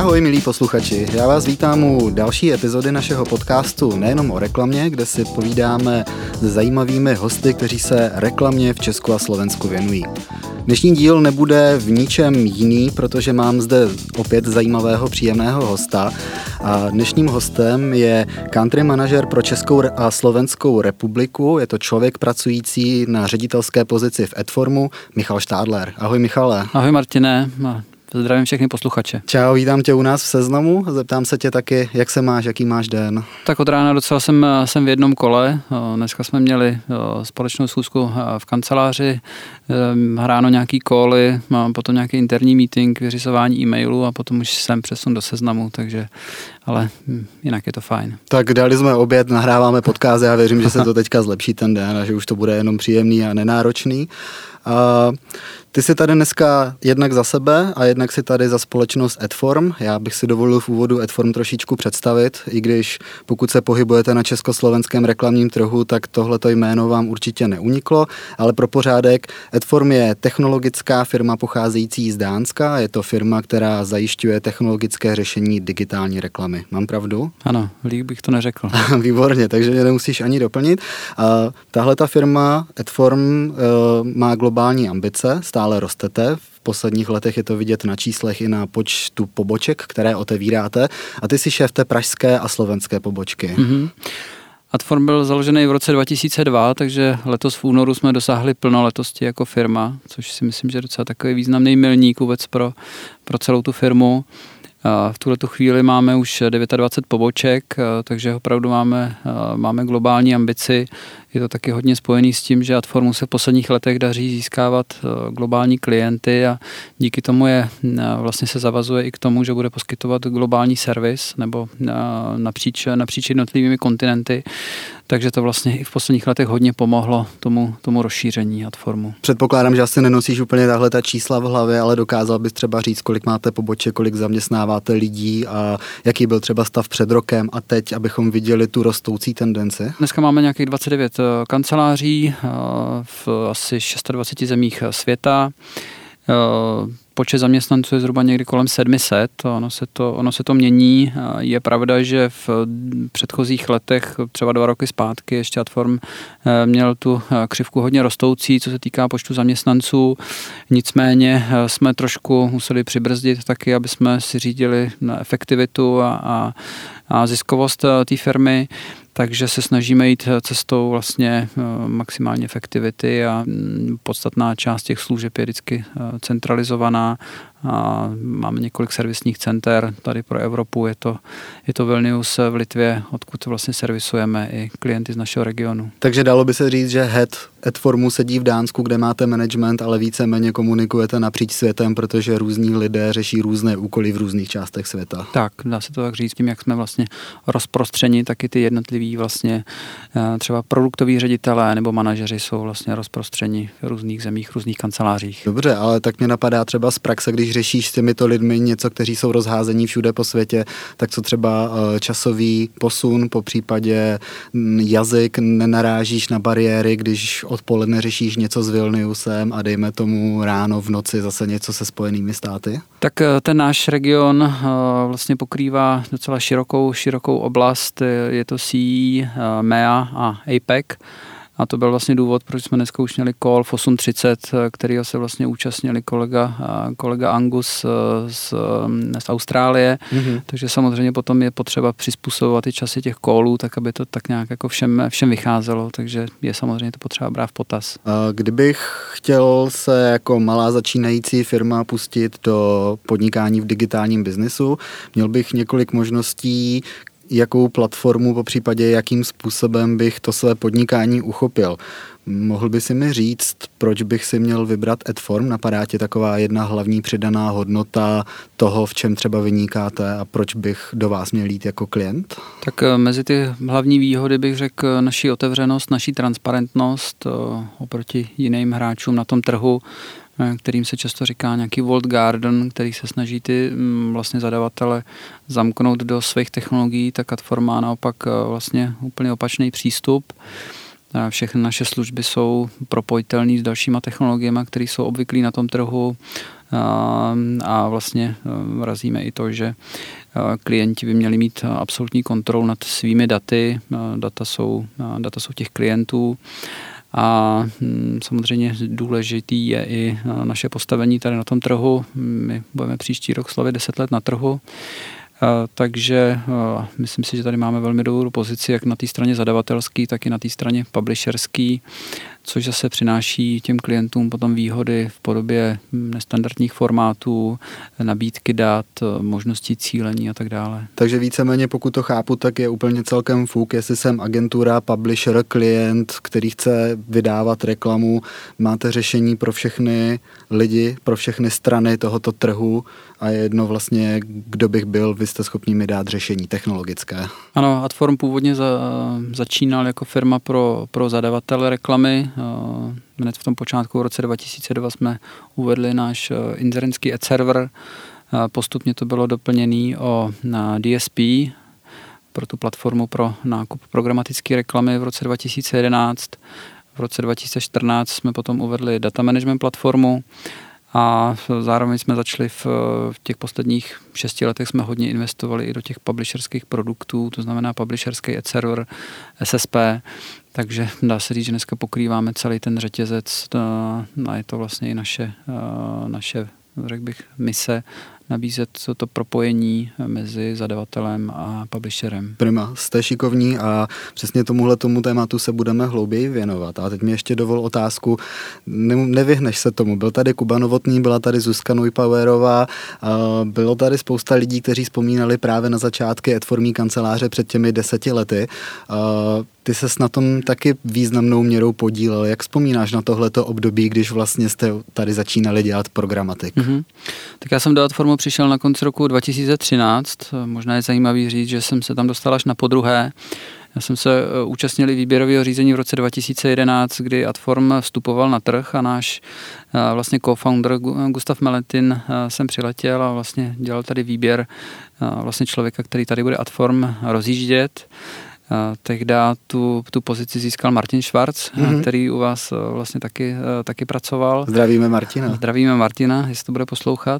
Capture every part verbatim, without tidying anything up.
Ahoj milí posluchači, já vás vítám u další epizody našeho podcastu Nejenom o reklamě, kde si povídáme s zajímavými hosty, kteří se reklamě v Česku a Slovensku věnují. Dnešní díl nebude v ničem jiný, protože mám zde opět zajímavého příjemného hosta. A dnešním hostem je country manažer pro Českou a Slovenskou republiku. Je to člověk pracující na ředitelské pozici v Edformu, Michal Štádler. Ahoj Michale. Ahoj Martine. Zdravím všechny posluchače. Čau, vítám tě u nás v Seznamu. Zeptám se tě taky, jak se máš, jaký máš den? Tak od rána docela jsem, jsem v jednom kole. Dneska jsme měli společnou schůzku v kanceláři, hráno nějaký koly, mám potom nějaký interní meeting, vyřizování e-mailu a potom už jsem přesun do Seznamu, takže ale jinak je to fajn. Tak dali jsme oběd, nahráváme podcast, já věřím, že se to teďka zlepší ten den a že už to bude jenom příjemný a nenáročný. A ty jsi tady dneska jednak za sebe a jednak si tady za společnost Edform. Já bych si dovolil v úvodu Edform trošičku představit, i když pokud se pohybujete na československém reklamním trhu, tak tohleto jméno vám určitě neuniklo, ale pro pořádek Edform je technologická firma pocházející z Dánska, je to firma, která zajišťuje technologické řešení digitální reklamy. Mám pravdu? Ano, líp bych to neřekl. Výborně, takže mě nemusíš ani doplnit. Tahle ta firma Edform má globální ambice, stále rostete. V posledních letech je to vidět na číslech i na počtu poboček, které otevíráte. A ty jsi šéf té pražské a slovenské pobočky. Mm-hmm. Edform byl založený v roce dva tisíce dva, takže letos v únoru jsme dosáhli plnoletosti jako firma, což si myslím, že je docela takový významný milník vůbec pro, pro celou tu firmu. V tuhletu chvíli máme už dvacet devět poboček, takže opravdu máme, máme globální ambici. Je to taky hodně spojený s tím, že Edformu se v posledních letech daří získávat globální klienty a díky tomu je vlastně se zavazuje i k tomu, že bude poskytovat globální servis nebo napříč, napříč jednotlivými kontinenty. Takže to vlastně i v posledních letech hodně pomohlo tomu, tomu rozšíření Edformu. Předpokládám, že asi nenosíš úplně tahle ta čísla v hlavě, ale dokázal bys třeba říct, kolik máte poboček, kolik zaměstnáváte lidí a jaký byl třeba stav před rokem a teď, abychom viděli tu rostoucí tendenci? Dneska máme nějakých dvacet devět kanceláří v asi dvaceti šesti zemích světa. Počet zaměstnanců je zhruba někdy kolem sedm set, ono se to, ono se to mění. Je pravda, že v předchozích letech, třeba dva roky zpátky, ještě Edform měl tu křivku hodně rostoucí, co se týká počtu zaměstnanců. Nicméně jsme trošku museli přibrzdit taky, aby jsme si řídili na efektivitu a, a, a ziskovost té firmy. Takže se snažíme jít cestou vlastně maximální efektivity a podstatná část těch služeb je vždycky centralizovaná. A máme několik servisních center tady pro Evropu, je to, je to Vilnius v Litvě, odkud vlastně servisujeme i klienty z našeho regionu. Takže dalo by se říct, že head Edformu sedí v Dánsku, kde máte management, ale víceméně komunikujete napříč světem, protože různí lidé řeší různé úkoly v různých částech světa. Tak, dá se to tak říct, tím jak jsme vlastně rozprostřeni, taky ty jednotliví vlastně třeba produktoví ředitelé nebo manažeři jsou vlastně rozprostřeni v různých zemích, různých kancelářích. Dobře, ale tak mě napadá třeba z praxe, když řešíš s těmito lidmi něco, kteří jsou rozházení všude po světě, tak co třeba časový posun, po případě jazyk, nenarážíš na bariéry, když odpoledne řešíš něco s Vilniusem a dejme tomu ráno v noci zase něco se Spojenými státy? Tak ten náš region vlastně pokrývá docela širokou, širokou oblast, je to C E, M E A a A P E C. A to byl vlastně důvod, proč jsme dneska už měli call v osm třicet, kterýho se vlastně účastnili kolega, kolega Angus z, z Austrálie. Mm-hmm. Takže samozřejmě potom je potřeba přizpůsobovat i časy těch callů, tak aby to tak nějak jako všem, všem vycházelo. Takže je samozřejmě to potřeba brát v potaz. Kdybych chtěl se jako malá začínající firma pustit do podnikání v digitálním biznesu, měl bych několik možností, jakou platformu, po případě jakým způsobem bych to své podnikání uchopil. Mohl by si mi říct, proč bych si měl vybrat Edform? Napadá ti taková jedna hlavní přidaná hodnota toho, v čem třeba vynikáte a proč bych do vás měl jít jako klient? Tak mezi ty hlavní výhody bych řekl naší otevřenost, naší transparentnost oproti jiným hráčům na tom trhu, kterým se často říká nějaký walled garden, který se snaží ty vlastně zadavatele zamknout do svých technologií, tak Edform má naopak vlastně úplně opačný přístup. Všechny naše služby jsou propojitelné s dalšíma technologiemi, které jsou obvyklé na tom trhu a vlastně razíme i to, že klienti by měli mít absolutní kontrolu nad svými daty. Data jsou, data jsou těch klientů. A samozřejmě důležitý je i naše postavení tady na tom trhu. My budeme příští rok slavit deset let na trhu, takže myslím si, že tady máme velmi dobrou pozici jak na té straně zadavatelské, tak i na té straně publisherské, což zase přináší těm klientům potom výhody v podobě nestandardních formátů, nabídky dat, možností cílení a tak dále. Takže víceméně, pokud to chápu, tak je úplně celkem fuk, jestli jsem agentura, publisher, klient, který chce vydávat reklamu, máte řešení pro všechny lidi, pro všechny strany tohoto trhu a je jedno vlastně, kdo bych byl, vy jste schopni mi dát řešení technologické. Ano, Adform původně za, začínal jako firma pro, pro zadavatele reklamy. Hned v tom počátku v roce dva tisíce dva jsme uvedli náš inzerentský ad server. Postupně to bylo doplněné o na D S P pro tu platformu pro nákup programatické reklamy v roce dva tisíce jedenáct. V roce dva tisíce čtrnáct jsme potom uvedli data management platformu a zároveň jsme začali v, v těch posledních šesti letech jsme hodně investovali i do těch publisherských produktů, to znamená publisherský ad server, S S P, takže dá se říct, že dneska pokrýváme celý ten řetězec a je to vlastně i naše, naše řekl bych, mise nabízet to propojení mezi zadavatelem a publisherem. Prima, jste šikovní a přesně tomuhle tomu tématu se budeme hlouběji věnovat. A teď mi ještě dovol otázku, ne, nevyhneš se tomu. Byl tady Kuba Novotný, byla tady Zuzka Neubauerová, bylo tady spousta lidí, kteří vzpomínali právě na začátky Adformí kanceláře před těmi deseti lety. Ty ses na tom taky významnou měrou podílel. Jak vzpomínáš na tohleto období, když vlastně jste tady začínali dělat programatik? Mm-hmm. Tak já jsem do Adformu přišel na konci roku dva tisíce třináct. Možná je zajímavý říct, že jsem se tam dostal až na podruhé. Já jsem se účastnil výběrového řízení v roce dva tisíce jedenáct, kdy Adform vstupoval na trh a náš vlastně co-founder Gustav Meletin sem přiletěl a vlastně dělal tady výběr vlastně člověka, který tady bude Adform rozjíždět. Tehdy tu, tu pozici získal Martin Schwarz, mm-hmm. který u vás vlastně taky, taky pracoval. Zdravíme Martina. Zdravíme Martina, jestli to bude poslouchat.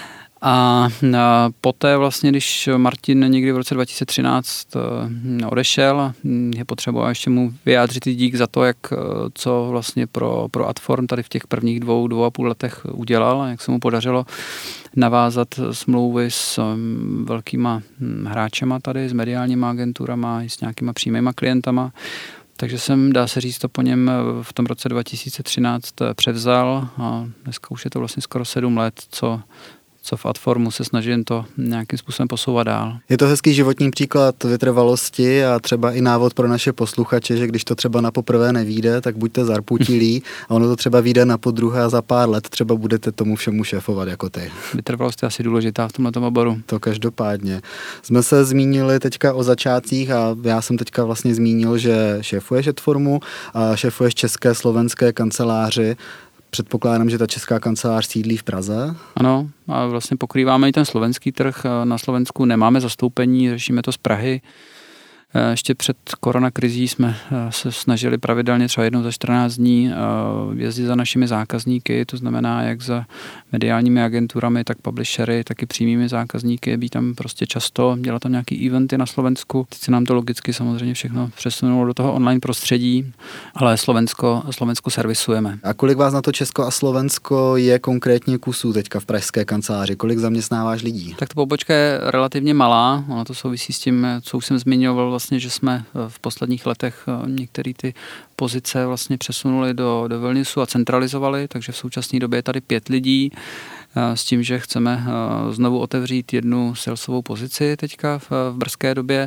A, a poté vlastně, když Martin někdy v roce dva tisíce třináct odešel, je potřeba ještě mu vyjádřit dík za to, jak co vlastně pro, pro Adform tady v těch prvních dvou, dvou a půl letech udělal, jak se mu podařilo navázat smlouvy s velkýma hráčema tady, s mediálníma agenturama i s nějakýma přímýma klientama. Takže jsem, dá se říct, to po něm v tom roce dva tisíce třináct převzal a dneska už je to vlastně skoro sedm let, co co v Adformu se snažím to nějakým způsobem posouvat dál. Je to hezký životní příklad vytrvalosti a třeba i návod pro naše posluchače, že když to třeba na poprvé nevíde, tak buďte zarputilí a ono to třeba vyjde na podruhé a za pár let třeba budete tomu všemu šéfovat jako ty. Vytrvalost je asi důležitá v tomto oboru. To každopádně. Jsme se zmínili teďka o začátcích a já jsem teďka vlastně zmínil, že šéfuješ Adformu a šéfuješ české slovenské kanceláři. Předpokládám, že ta česká kancelář sídlí v Praze. Ano, a vlastně pokrýváme i ten slovenský trh. Na Slovensku nemáme zastoupení, řešíme to z Prahy. Ještě před koronakrizí jsme se snažili pravidelně třeba jednou za čtrnáct dní jezdit za našimi zákazníky, to znamená jak za mediálními agenturami, tak publishery, tak i přímými zákazníky, být tam prostě často, dělat tam nějaký eventy na Slovensku. Teď se nám to logicky samozřejmě všechno přesunulo do toho online prostředí, ale Slovensko, Slovensko servisujeme. A kolik vás na to Česko a Slovensko je konkrétně kusů teďka v pražské kanceláři? Kolik zaměstnáváš lidí? Tak ta pobočka je relativně malá, ono to souvisí s tím, co už jsem zmiňoval, vlastně, že jsme v posledních letech některé ty pozice vlastně přesunuli do, do Vilniusu a centralizovali, takže v současné době je tady pět lidí s tím, že chceme znovu otevřít jednu salesovou pozici teďka v, v brzké době.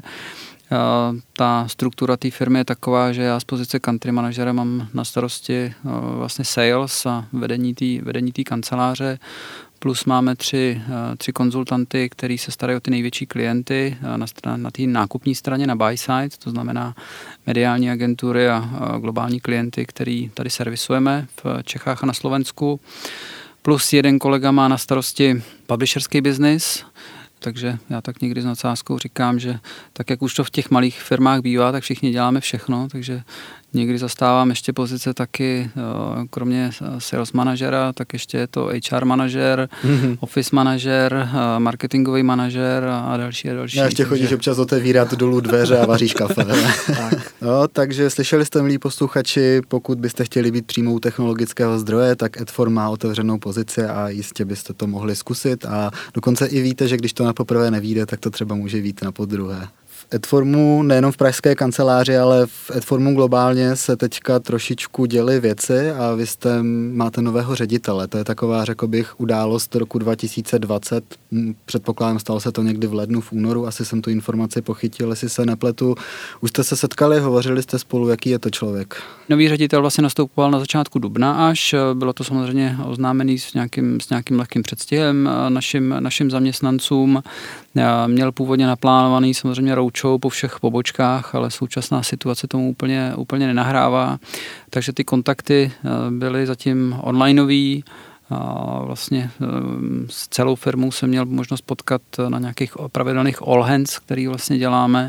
Ta struktura té firmy je taková, že já z pozice country manažera mám na starosti vlastně sales a vedení té vedení té kanceláře. Plus máme tři, tři konzultanty, kteří se starají o ty největší klienty na, na té nákupní straně, na buy side, to znamená mediální agentury a globální klienty, který tady servisujeme v Čechách a na Slovensku. Plus jeden kolega má na starosti publisherský biznis, takže já tak někdy s nadsázkou říkám, že tak, jak už to v těch malých firmách bývá, tak všichni děláme všechno, takže Někdy zastávám ještě pozice taky, kromě sales manažera, tak ještě je to H R manažer, mm-hmm. office manažer, marketingový manažer a další a další. Já ještě chodíš takže... občas otevírat dolů dveře a vaříš kafe. tak. No, takže slyšeli jste, milí posluchači, pokud byste chtěli být přímou technologického zdroje, tak Edform má otevřenou pozici a jistě byste to mohli zkusit a dokonce i víte, že když to na poprvé nevíde, tak to třeba může vít na podruhé. Edformu, nejenom v pražské kanceláři, ale v Edformu globálně se teďka trošičku děly věci a vy jste, máte nového ředitele. To je taková, řekl bych, událost roku dva tisíce dvacet. Předpokládám, stalo se to někdy v lednu, v únoru, asi jsem tu informaci pochytil, jestli se nepletu. Už jste se setkali, hovořili jste spolu, jaký je to člověk? Nový ředitel vlastně nastupoval na začátku dubna až. Bylo to samozřejmě oznámený s nějakým, s nějakým lehkým předstihem našim, našim zaměstnancům. Měl původně naplánovaný samozřejmě roadshow po všech pobočkách, ale současná situace tomu úplně, úplně nenahrává. Takže ty kontakty byly zatím onlineový. Vlastně s celou firmou jsem měl možnost potkat na nějakých pravidelných all hands, který vlastně děláme.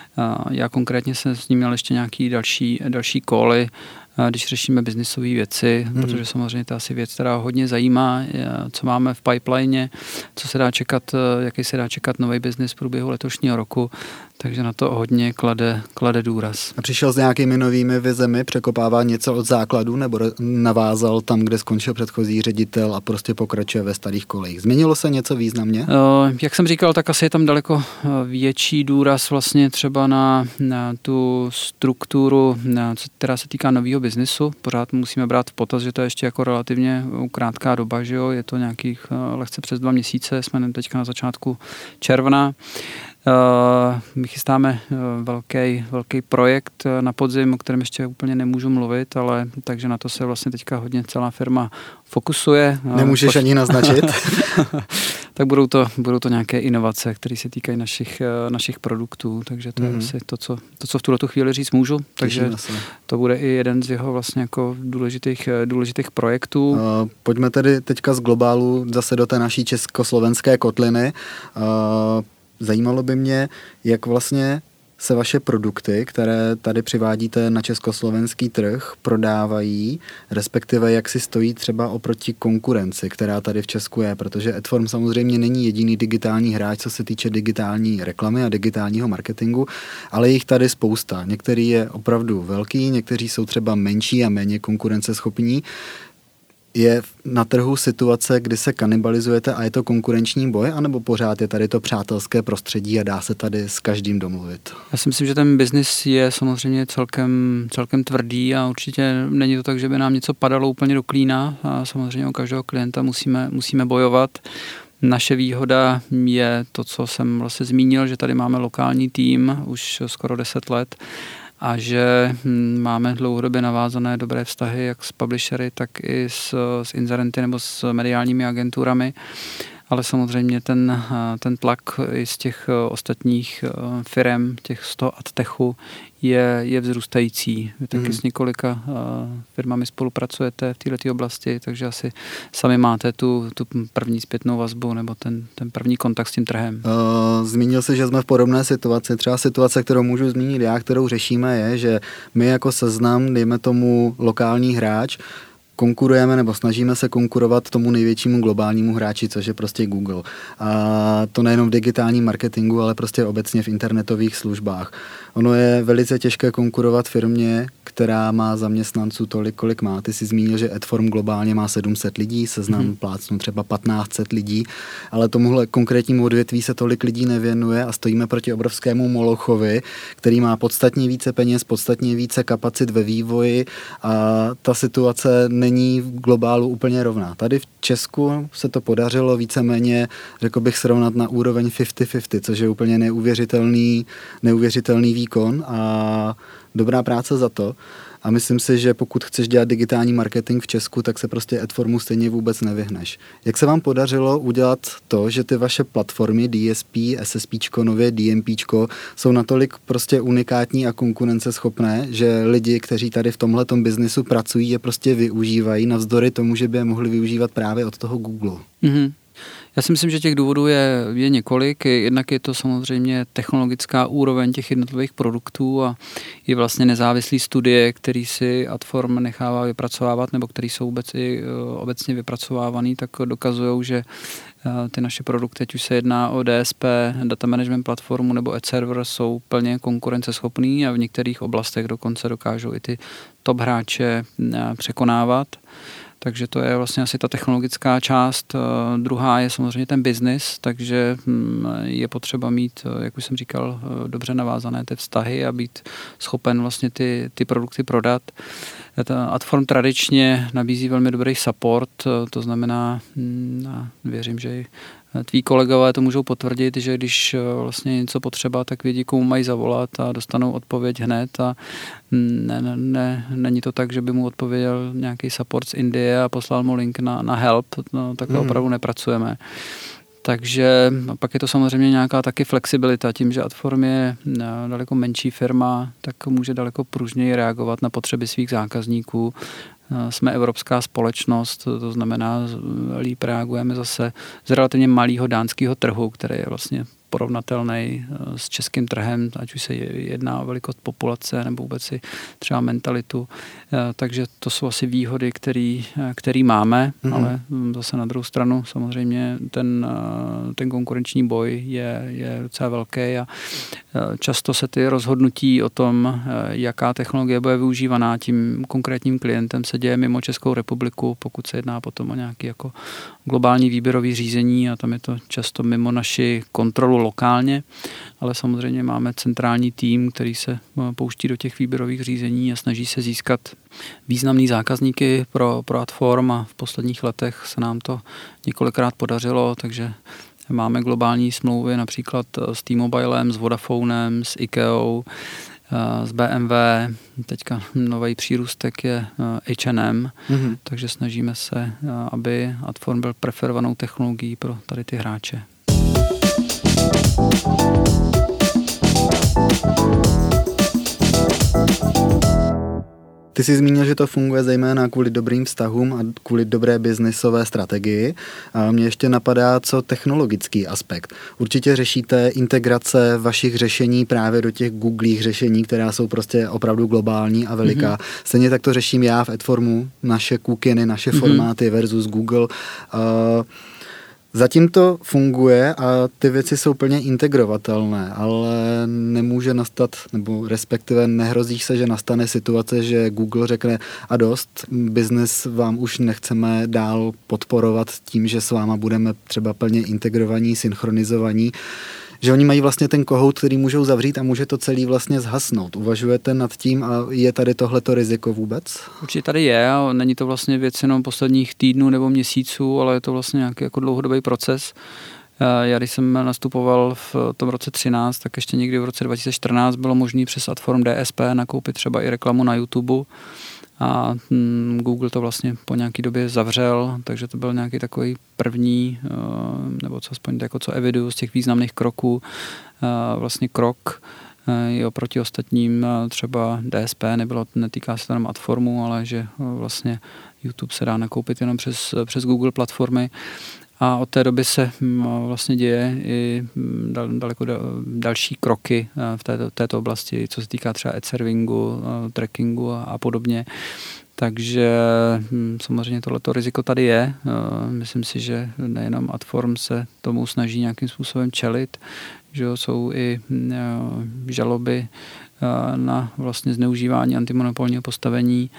Já konkrétně jsem s ním měl ještě nějaký další, další cally, když řešíme biznisové věci, mm. protože samozřejmě to je asi věc, která hodně zajímá, co máme v pipeline, co se dá čekat, jaký se dá čekat nový biznis v průběhu letošního roku, takže na to hodně klade, klade důraz. A přišel s nějakými novými vizemi, překopává něco od základu, nebo navázal tam, kde skončil předchozí ředitel a prostě pokračuje ve starých kolejích? Změnilo se něco významně? Uh, jak jsem říkal, tak asi je tam daleko větší důraz vlastně třeba na, na tu strukturu, na, která se týká nového biznisu. Pořád musíme brát v potaz, že to je ještě jako relativně krátká doba, že jo? Je to nějakých uh, lehce přes dva měsíce, jsme teďka na začátku června. Uh, my chystáme uh, velký, velký projekt uh, na podzim, o kterém ještě úplně nemůžu mluvit, ale takže na to se vlastně teďka hodně celá firma fokusuje. Nemůžeš uh, ani naznačit? Tak budou to, budou to nějaké inovace, které se týkají našich, uh, našich produktů, takže to mm. je asi to co, to, co v tuto chvíli říct můžu. Takže to bude i jeden z jeho vlastně jako důležitých, důležitých projektů. Uh, pojďme tedy teďka z globálu zase do té naší československé kotliny. Uh, Zajímalo by mě, jak vlastně se vaše produkty, které tady přivádíte na československý trh, prodávají, respektive jak si stojí třeba oproti konkurenci, která tady v Česku je, protože Edform samozřejmě není jediný digitální hráč, co se týče digitální reklamy a digitálního marketingu, ale jich tady spousta. Některý je opravdu velký, někteří jsou třeba menší a méně konkurenceschopní. Je na trhu situace, kdy se kanibalizujete a je to konkurenční boj, anebo pořád je tady to přátelské prostředí a dá se tady s každým domluvit? Já si myslím, že ten biznis je samozřejmě celkem, celkem tvrdý a určitě není to tak, že by nám něco padalo úplně do klína a samozřejmě o každého klienta musíme, musíme bojovat. Naše výhoda je to, co jsem vlastně zmínil, že tady máme lokální tým už skoro deset let, a že máme dlouhodobě navázané dobré vztahy jak s publishery, tak i s, s inzerenty nebo s mediálními agenturami. Ale samozřejmě ten, ten tlak i z těch ostatních firem, těch sto adtechu, je, je vzrůstající. Vy taky mm. s několika firmami spolupracujete v této oblasti, takže asi sami máte tu, tu první zpětnou vazbu nebo ten, ten první kontakt s tím trhem. Uh, zmínil jsi, že jsme v podobné situaci. Třeba situace, kterou můžu zmínit já, kterou řešíme, je, že my jako Seznam, dejme tomu lokální hráč, konkurujeme nebo snažíme se konkurovat tomu největšímu globálnímu hráči, což je prostě Google. A to nejenom v digitálním marketingu, ale prostě obecně v internetových službách. Ono je velice těžké konkurovat firmě, která má zaměstnanců tolik, kolik má. Ty jsi zmínil, že Edform globálně má sedm set lidí, Seznam hmm. plácnu třeba patnáct set lidí, ale tomuhle konkrétnímu odvětví se tolik lidí nevěnuje a stojíme proti obrovskému molochovi, který má podstatně více peněz, podstatně více kapacit ve vývoji a ta situace není v globálu úplně rovná. Tady v Česku se to podařilo víceméně, řekl bych, srovnat na úroveň padesát padesát, což je úplně neuvěřitelný, neuvěřitelný výkon a dobrá práce za to. A myslím si, že pokud chceš dělat digitální marketing v Česku, tak se prostě Edformu stejně vůbec nevyhneš. Jak se vám podařilo udělat to, že ty vaše platformy D S P, S S P, nově D M P, jsou natolik prostě unikátní a konkurenceschopné, že lidi, kteří tady v tomhletom biznesu pracují, je prostě využívají navzdory tomu, že by je mohli využívat právě od toho Google? Mm-hmm. Já si myslím, že těch důvodů je, je několik. Jednak je to samozřejmě technologická úroveň těch jednotlivých produktů a i vlastně nezávislý studie, který si Adform nechává vypracovávat nebo který jsou vůbec i obecně vypracovávaný, tak dokazují, že ty naše produkty, ať už se jedná o D S P, Data Management platformu nebo Ad Server, jsou plně konkurenceschopný a v některých oblastech dokonce dokážou i ty top hráče překonávat. Takže to je vlastně asi ta technologická část. Druhá je samozřejmě ten biznis, takže je potřeba mít, jak už jsem říkal, dobře navázané ty vztahy a být schopen vlastně ty, ty produkty prodat. Adform tradičně nabízí velmi dobrý support, to znamená, věřím, že i tví kolegové to můžou potvrdit, že když vlastně něco potřeba, tak vědí, komu mají zavolat a dostanou odpověď hned a ne, ne, ne, není to tak, že by mu odpověděl nějaký support z Indie a poslal mu link na, na help, no, takhle hmm. opravdu nepracujeme. Takže pak je to samozřejmě nějaká taky flexibilita. Tím, že Adform je daleko menší firma, tak může daleko pružněji reagovat na potřeby svých zákazníků. Jsme evropská společnost, to znamená, líp reagujeme zase z relativně malého dánského trhu, který je vlastně porovnatelný s českým trhem, ať už se jedná o velikost populace nebo vůbec si třeba mentalitu. Takže to jsou asi výhody, který, který máme, mm-hmm. ale zase na druhou stranu samozřejmě ten, ten konkurenční boj je, je docela velký a často se ty rozhodnutí o tom, jaká technologie bude využívaná tím konkrétním klientem, se děje mimo Českou republiku, pokud se jedná potom o nějaké jako globální výběrový řízení a tam je to často mimo naši kontrolu lokálně, ale samozřejmě máme centrální tým, který se pouští do těch výběrových řízení a snaží se získat významný zákazníky pro, pro Adform a v posledních letech se nám to několikrát podařilo, takže máme globální smlouvy například s T-Mobilem, s Vodafonem, s IKEA, z B M W, teďka nový přírůstek je H and M, mm-hmm. takže snažíme se, aby Adform byl preferovanou technologií pro tady ty hráče. Ty jsi zmínil, že to funguje zejména kvůli dobrým vztahům a kvůli dobré biznisové strategii. A mě ještě napadá, co technologický aspekt. Určitě řešíte integrace vašich řešení právě do těch googlých řešení, která jsou prostě opravdu globální a veliká. Mm-hmm. Stejně tak to řeším já v Adformu, naše cookiny, naše mm-hmm. formáty versus Google. Uh, Zatím to funguje a ty věci jsou plně integrovatelné, ale nemůže nastat, nebo respektive nehrozí se, že nastane situace, že Google řekne a dost, biznes vám už nechceme dál podporovat tím, že s váma budeme třeba plně integrovaní, synchronizovaní, že oni mají vlastně ten kohout, který můžou zavřít a může to celý vlastně zhasnout. Uvažujete nad tím a je tady tohleto riziko vůbec? Určitě tady je a není to vlastně věc jenom posledních týdnů nebo měsíců, ale je to vlastně nějaký jako dlouhodobý proces. Já když jsem nastupoval v tom roce třináct, tak ještě někdy v roce dva tisíce čtrnáct bylo možné přes Adform D S P nakoupit třeba i reklamu na YouTube a Google to vlastně po nějaký době zavřel, takže to byl nějaký takový první, nebo co aspoň jako co eviduju z těch významných kroků, vlastně krok i oproti ostatním třeba D S P, nebylo, netýká se to jenom Adformu, ale že vlastně YouTube se dá nakoupit jenom přes, přes Google platformy. A od té doby se vlastně děje i daleko další kroky v této, této oblasti, co se týká třeba ad servingu, trackingu a, a podobně. Takže samozřejmě tohleto riziko tady je. Myslím si, že nejenom Adform se tomu snaží nějakým způsobem čelit, že jsou i žaloby na vlastně zneužívání antimonopolního postavení.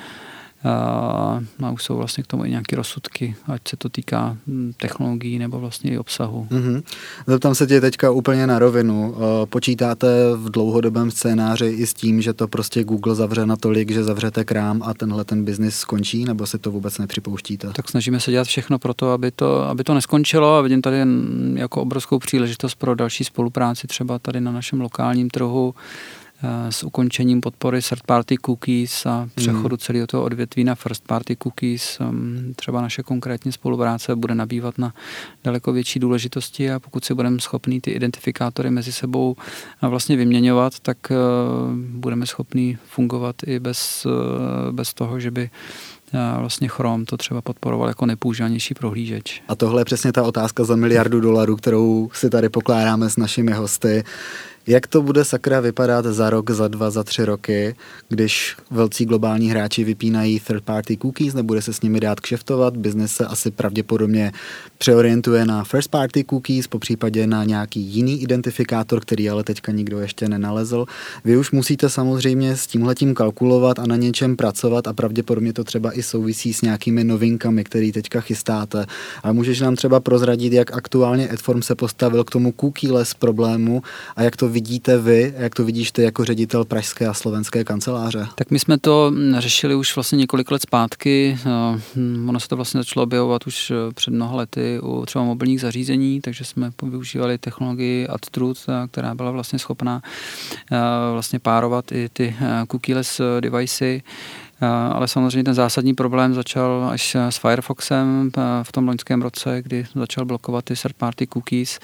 A už jsou vlastně k tomu i nějaké rozsudky, ať se to týká technologií nebo vlastně i obsahu. Mm-hmm. Zeptám se tě teďka úplně na rovinu. Počítáte v dlouhodobém scénáři i s tím, že to prostě Google zavře natolik, že zavřete krám a tenhle ten biznis skončí, nebo si to vůbec nepřipouštíte? Tak snažíme se dělat všechno pro to, aby to, aby to neskončilo a vidím tady jako obrovskou příležitost pro další spolupráci třeba tady na našem lokálním trhu s ukončením podpory third party cookies a přechodu celého toho odvětví na first party cookies. Třeba naše konkrétní spolupráce bude nabývat na daleko větší důležitosti a pokud si budeme schopní ty identifikátory mezi sebou vlastně vyměňovat, tak budeme schopní fungovat i bez, bez toho, že by vlastně Chrome to třeba podporoval jako nepoužívanější prohlížeč. A tohle je přesně ta otázka za miliardu dolarů, kterou si tady pokládáme s našimi hosty. Jak to bude sakra vypadat za rok, za dva, za tři roky, když velcí globální hráči vypínají third party cookies, nebude se s nimi dát kšeftovat, biznes se asi pravděpodobně přeorientuje na first party cookies, popřípadě na nějaký jiný identifikátor, který ale teďka nikdo ještě nenalezl. Vy už musíte samozřejmě s tímhletím kalkulovat a na něčem pracovat a pravděpodobně to třeba i souvisí s nějakými novinkami, které teďka chystáte. A můžeš nám třeba prozradit, jak aktuálně Adform se postavil k tomu cookie-less problému a jak to vidíte vy, jak to vidíš ty jako ředitel pražské a slovenské kanceláře? Tak my jsme to řešili už vlastně několik let zpátky. Ono se to vlastně začalo objevovat už před mnoha lety u třeba mobilních zařízení, takže jsme využívali technologii AdTruth, která byla vlastně schopná vlastně párovat i ty cookieless devicey. Ale samozřejmě ten zásadní problém začal až s Firefoxem v tom loňském roce, kdy začal blokovat ty third party cookies.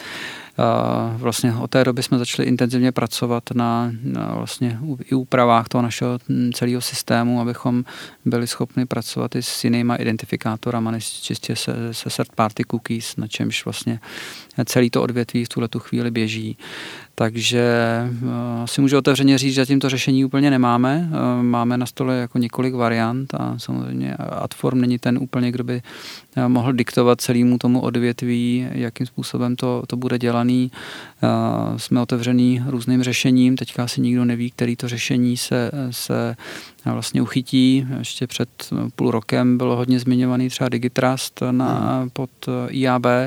Vlastně od té doby jsme začali intenzivně pracovat na, na vlastně i úpravách toho našeho celého systému, abychom byli schopni pracovat i s jinýma identifikátorama, než čistě se, se third party cookies, na čemž vlastně celý to odvětví v tuhletu chvíli běží. Takže asi můžu otevřeně říct, že zatím to řešení úplně nemáme. Máme na stole jako několik variant a samozřejmě Adform není ten úplně, kdo by mohl diktovat celému tomu odvětví, jakým způsobem to, to bude dělaný. Jsme otevřený různým řešením, teďka asi nikdo neví, který to řešení se, se vlastně uchytí. Ještě před půl rokem bylo hodně zmiňovaný třeba Digitrust na, pod I A B.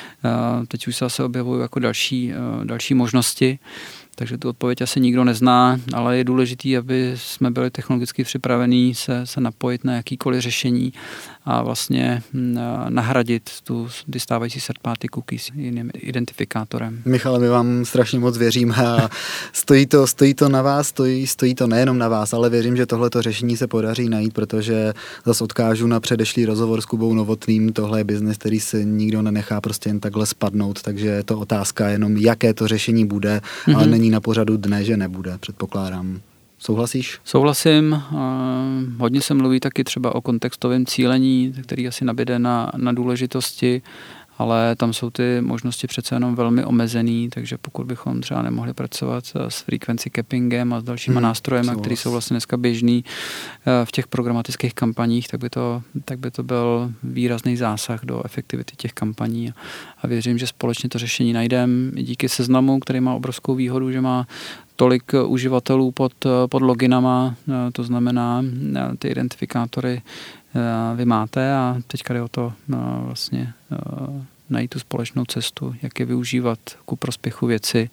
Teď už se zase objevují jako další, další možnosti, takže tu odpověď asi nikdo nezná, ale je důležité, aby jsme byli technologicky připravení se, se napojit na jakýkoliv řešení a vlastně nahradit tu stávající third party cookies jiným identifikátorem. Michale, my vám strašně moc věříme a stojí to, stojí to na vás, stojí, stojí to nejenom na vás, ale věřím, že tohleto řešení se podaří najít, protože zase odkážu na předešlý rozhovor s Kubou Novotným, tohle je biznes, který si nikdo nenechá prostě jen takhle spadnout, takže je to otázka jenom, jaké to řešení bude, mm-hmm. ale není na pořadu dne, že nebude, předpokládám. Souhlasíš? Souhlasím. Hodně se mluví taky třeba o kontextovém cílení, který asi nabíde na, na důležitosti, ale tam jsou ty možnosti přece jenom velmi omezený, takže pokud bychom třeba nemohli pracovat s frequency cappingem a s dalšíma hmm, nástrojemi, které jsou vlastně dneska běžný v těch programatických kampaních, tak by to, tak by to byl výrazný zásah do efektivity těch kampaní. A věřím, že společně to řešení najdeme díky Seznamu, který má obrovskou výhodu, že má tolik uživatelů pod, pod loginama, to znamená ty identifikátory vy máte a teďka jde o to vlastně najít tu společnou cestu, jak je využívat ku prospěchu věci,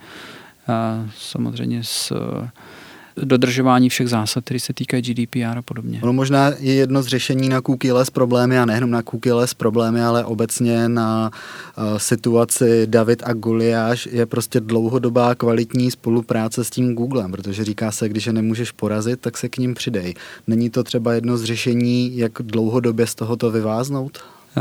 samozřejmě s dodržování všech zásad, které se týkají G D P R a podobně. Ono možná je jedno z řešení na cookie-less problémy a nejenom na cookie-less problémy, ale obecně na uh, situaci David a Goliáš je prostě dlouhodobá kvalitní spolupráce s tím Googlem, protože říká se, když je nemůžeš porazit, tak se k ním přidej. Není to třeba jedno z řešení, jak dlouhodobě z tohoto vyváznout?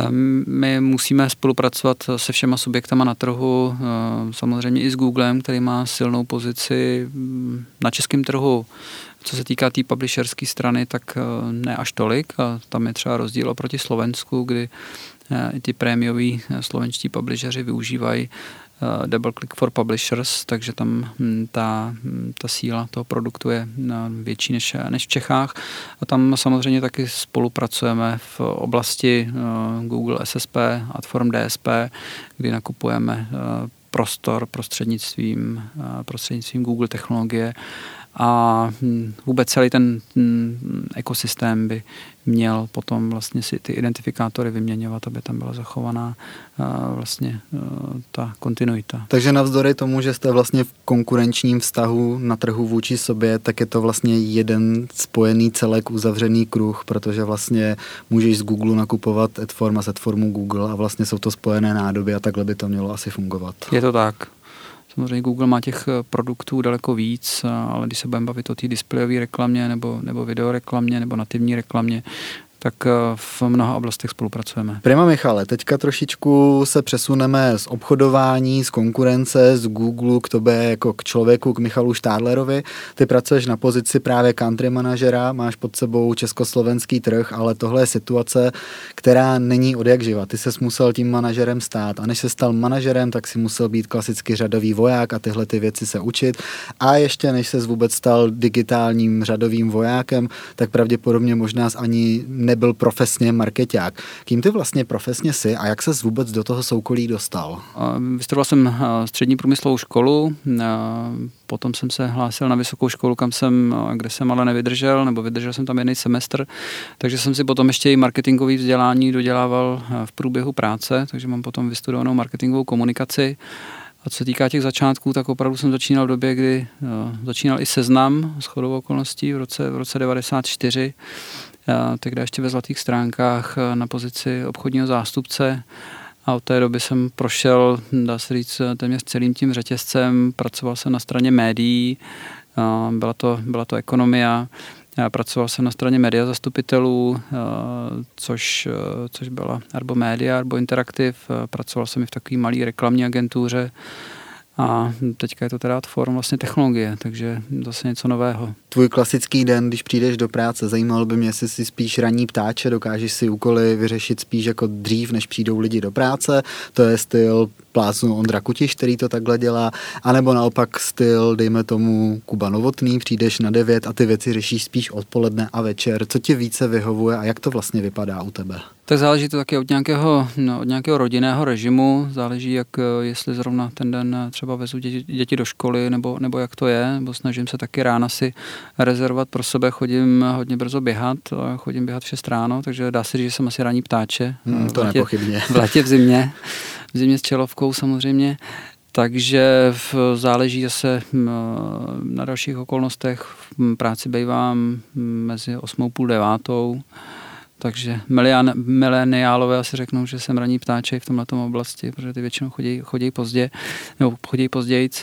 My musíme spolupracovat se všema subjektama na trhu, samozřejmě i s Googlem, který má silnou pozici na českém trhu. Co se týká té tý publisherské strany, tak ne až tolik. Tam je třeba rozdíl oproti Slovensku, kdy ty prémioví slovenští publisheri využívají double click for publishers, takže tam ta, ta síla toho produktu je větší než, než v Čechách. A tam samozřejmě taky spolupracujeme v oblasti Google S S P, Adform D S P, kdy nakupujeme prostor prostřednictvím, prostřednictvím Google technologie a vůbec celý ten ekosystém by měl potom vlastně si ty identifikátory vyměňovat, aby tam byla zachovaná vlastně ta kontinuita. Takže navzdory tomu, že jste vlastně v konkurenčním vztahu na trhu vůči sobě, tak je to vlastně jeden spojený celek, uzavřený kruh, protože vlastně můžeš z Google nakupovat Adform a z Adformu Google a vlastně jsou to spojené nádoby a takhle by to mělo asi fungovat. Je to tak. Samozřejmě Google má těch produktů daleko víc, ale když se budeme bavit o té displejové reklamě nebo, nebo videoreklamě nebo nativní reklamě, tak v mnoha oblastech spolupracujeme. Prima Michale, teďka trošičku se přesuneme z obchodování, z konkurence, z Google k tobě jako k člověku, k Michalu Štádlerovi. Ty pracuješ na pozici právě country manažera, máš pod sebou československý trh, ale tohle je situace, která není odjakživa. Ty ses musel tím manažerem stát a než se stal manažerem, tak si musel být klasicky řadový voják a tyhle ty věci se učit. A ještě než ses vůbec stal digitálním řadovým vojákem, tak pravděpodobně možná ani nebyl profesně markeťák. Kým ty vlastně profesně jsi a jak ses vůbec do toho soukolí dostal? Vystudoval jsem střední průmyslovou školu, potom jsem se hlásil na vysokou školu, kam jsem, kde jsem ale nevydržel, nebo vydržel jsem tam jeden semestr, takže jsem si potom ještě i marketingové vzdělání dodělával v průběhu práce, takže mám potom vystudovanou marketingovou komunikaci. A co se týká těch začátků, tak opravdu jsem začínal v době, kdy no, začínal i Seznam shodou okolností v roce, v roce devadesát čtyři, tehdy ještě ve Zlatých stránkách na pozici obchodního zástupce. A od té doby jsem prošel, dá se říct, téměř celým tím řetězcem, pracoval jsem na straně médií, byla to, byla to ekonomia, pracoval jsem na straně média zastupitelů, což, což byla Arbo Media, Arbo Interactive, pracoval jsem i v takové malé reklamní agentuře a teďka je to teda form vlastně technologie, takže zase něco nového. Tvůj klasický den, když přijdeš do práce, zajímalo by mě, jestli jsi spíš ranní ptáče, dokážeš si úkoly vyřešit spíš jako dřív, než přijdou lidi do práce, to je styl plásnu Ondra Kutiš, který to takhle dělá, anebo naopak styl, dejme tomu Kuba Novotný, přijdeš na devět a ty věci řešíš spíš odpoledne a večer. Co ti více vyhovuje a jak to vlastně vypadá u tebe? Tak záleží to taky od nějakého, no, od nějakého rodinného režimu, záleží, jak jestli zrovna ten den třeba vezu děti, děti do školy, nebo, nebo jak to je, nebo snažím se taky rána si rezervovat pro sebe, chodím hodně brzo běhat, chodím běhat v šest ráno, takže dá se říct, že jsem asi ranní ptáče. Hmm, to v letě, nepochybně. V létě, v zimě, v zimě s čelovkou samozřejmě. Takže v, záleží zase na dalších okolnostech. V práci bývám mezi osmou půl devátou, takže mileniálové asi řeknou, že jsem ranní ptáček v tomhletom oblasti, protože ty většinou chodí, chodí pozdě, nebo chodí pozdějc.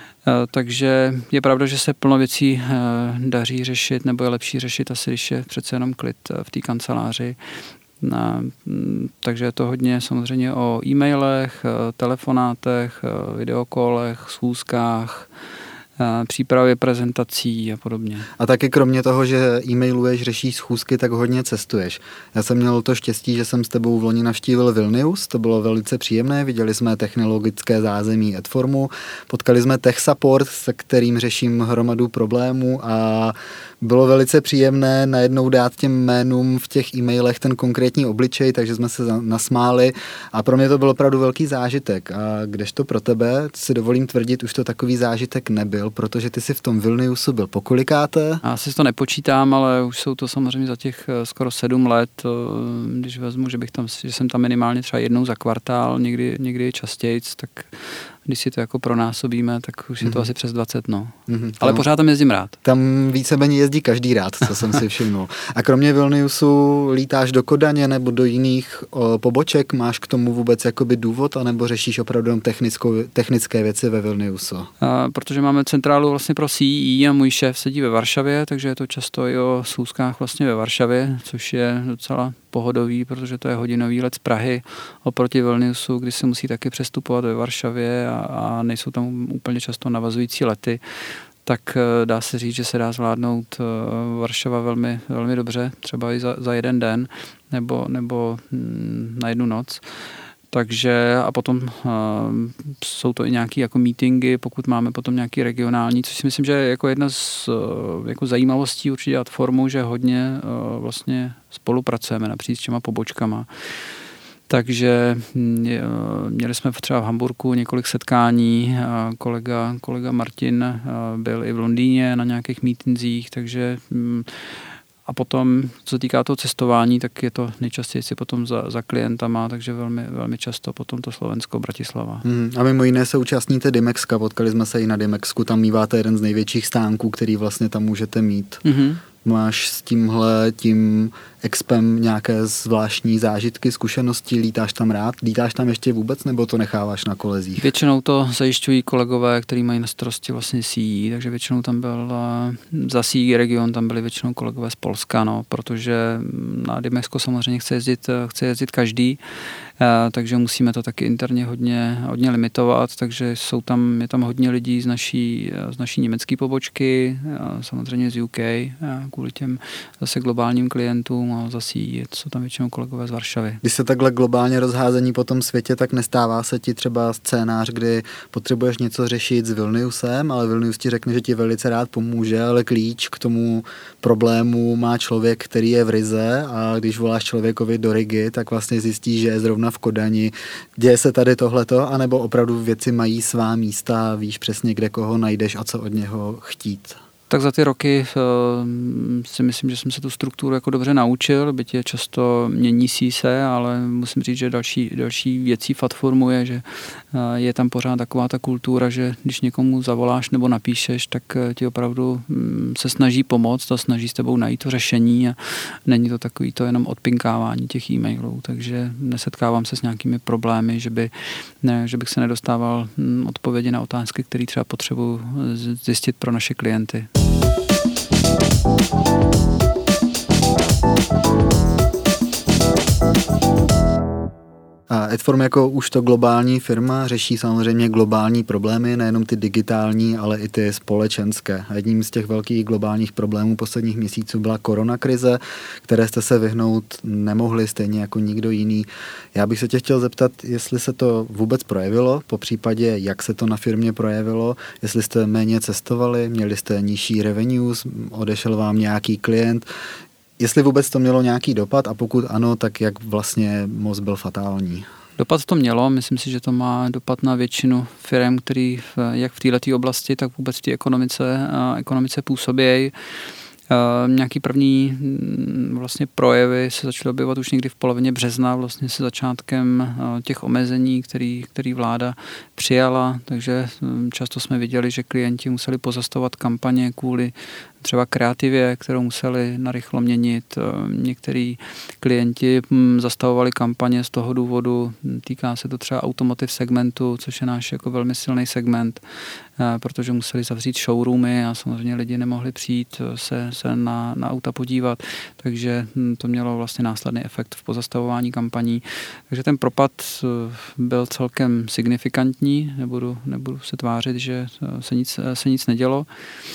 Takže je pravda, že se plno věcí daří řešit, nebo je lepší řešit asi, když je přece jenom klid v té kanceláři. Na, takže je to hodně samozřejmě o e-mailech, telefonátech, videokolech, schůzkách, přípravě prezentací a podobně. A taky kromě toho, že e-mailuješ, řešíš schůzky, tak hodně cestuješ. Já jsem měl to štěstí, že jsem s tebou v loni navštívil Vilnius, to bylo velice příjemné, viděli jsme technologické zázemí Edformu, potkali jsme Tech Support, se kterým řeším hromadu problémů a bylo velice příjemné najednou dát těm jménům v těch e-mailech ten konkrétní obličej, takže jsme se nasmáli a pro mě to byl opravdu velký zážitek. A kdežto pro tebe, si dovolím tvrdit, už to takový zážitek nebyl, protože ty si v tom Vilniusu byl pokolikáté? Já si to nepočítám, ale už jsou to samozřejmě za těch skoro sedm let, když vezmu, že bych tam, že jsem tam minimálně třeba jednou za kvartál, někdy, někdy častějc, tak když si to jako pronásobíme, tak už je to mm-hmm. asi přes dvacet, no. Mm-hmm. Ale tam, pořád tam jezdím rád. Tam víceméně jezdí každý rád, co jsem si všimnul. A kromě Vilniusu lítáš do Kodaně nebo do jiných o, poboček? Máš k tomu vůbec jakoby důvod, anebo řešíš opravdu technickou, technické věci ve Vilniusu? A, protože máme centrálu vlastně pro C E E a můj šéf sedí ve Varšavě, takže je to často i o schůzkách vlastně ve Varšavě, což je docela pohodový, protože to je hodinový let z Prahy oproti Vilniusu, kdy se musí taky přestupovat ve Varšavě a, a nejsou tam úplně často navazující lety, tak dá se říct, že se dá zvládnout Varšava velmi, velmi dobře, třeba i za, za jeden den nebo, nebo na jednu noc. Takže a potom uh, jsou to i nějaké jako meetingy, pokud máme potom nějaký regionální, což si myslím, že je jako jedna z uh, jako zajímavostí určitě ad formu, že hodně uh, vlastně spolupracujeme napříč těma pobočkama. Takže uh, měli jsme třeba v Hamburku několik setkání, uh, kolega, kolega Martin uh, byl i v Londýně na nějakých meetingzích, takže um, a potom, co se týká toho cestování, tak je to nejčastěji si potom za, za klientama, takže velmi, velmi často potom to Slovensko, Bratislava. Hmm, a mimo jiné se účastníte Dimexka, potkali jsme se i na Dimexku, tam míváte jeden z největších stánků, který vlastně tam můžete mít. Mm-hmm. Máš s tímhle tím expem nějaké zvláštní zážitky, zkušenosti, lítáš tam rád? Lítáš tam ještě vůbec, nebo to necháváš na kolezích? Většinou to zajišťují kolegové, kteří mají na starosti vlastně C E, takže většinou tam byl za C E region, tam byli většinou kolegové z Polska, no, protože na Dimexco samozřejmě chce jezdit, chce jezdit každý, takže musíme to taky interně hodně, hodně limitovat, takže jsou tam, je tam hodně lidí z naší, z naší německé pobočky, samozřejmě z U K, kvůli těm zase globálním klientům, a zase jsou tam většinou kolegové z Varšavy. Když se takhle globálně rozházení po tom světě, tak nestává se ti třeba scénář, kdy potřebuješ něco řešit s Vilniusem, ale Vilnius ti řekne, že ti velice rád pomůže, ale klíč k tomu problému má člověk, který je v Rize, a když voláš člověkovi do Rigy, tak vlastně zjistí, že je zrovna v Kodani. Děje se tady tohleto, anebo opravdu věci mají svá místa, víš přesně, kde koho najdeš a co od něho chtít? Tak za ty roky uh, si myslím, že jsem se tu strukturu jako dobře naučil, byť je často mění si se, ale musím říct, že další, další věcí Fatformu je, že uh, je tam pořád taková ta kultura, že když někomu zavoláš nebo napíšeš, tak uh, ti opravdu um, se snaží pomoct a snaží s tebou najít to řešení a není to takový to jenom odpinkávání těch e-mailů, takže nesetkávám se s nějakými problémy, že, by, ne, že bych se nedostával um, odpovědi na otázky, které třeba potřebuji zjistit pro naše klienty. A Adform jako už to globální firma řeší samozřejmě globální problémy, nejenom ty digitální, ale i ty společenské. A jedním z těch velkých globálních problémů posledních měsíců byla koronakrize, které jste se vyhnout nemohli, stejně jako nikdo jiný. Já bych se tě chtěl zeptat, jestli se to vůbec projevilo, po případě jak se to na firmě projevilo, jestli jste méně cestovali, měli jste nižší revenues, odešel vám nějaký klient, jestli vůbec to mělo nějaký dopad a pokud ano, tak jak vlastně moc byl fatální? Dopad to mělo, myslím si, že to má dopad na většinu firm, který jak v této oblasti, tak vůbec v té ekonomice, ekonomice působí. Uh, nějaký první vlastně projevy se začaly objevovat už někdy v polovině března, vlastně se začátkem uh, těch omezení, který, který vláda přijala, takže um, často jsme viděli, že klienti museli pozastavovat kampaně kvůli třeba kreativě, kterou museli narychlo měnit. Některý klienti zastavovali kampaně z toho důvodu, týká se to třeba automotive segmentu, což je náš jako velmi silný segment, protože museli zavřít showroomy a samozřejmě lidi nemohli přijít se, se na, na auta podívat, takže to mělo vlastně následný efekt v pozastavování kampaní. Takže ten propad byl celkem signifikantní, nebudu, nebudu se tvářit, že se nic, se nic nedělo.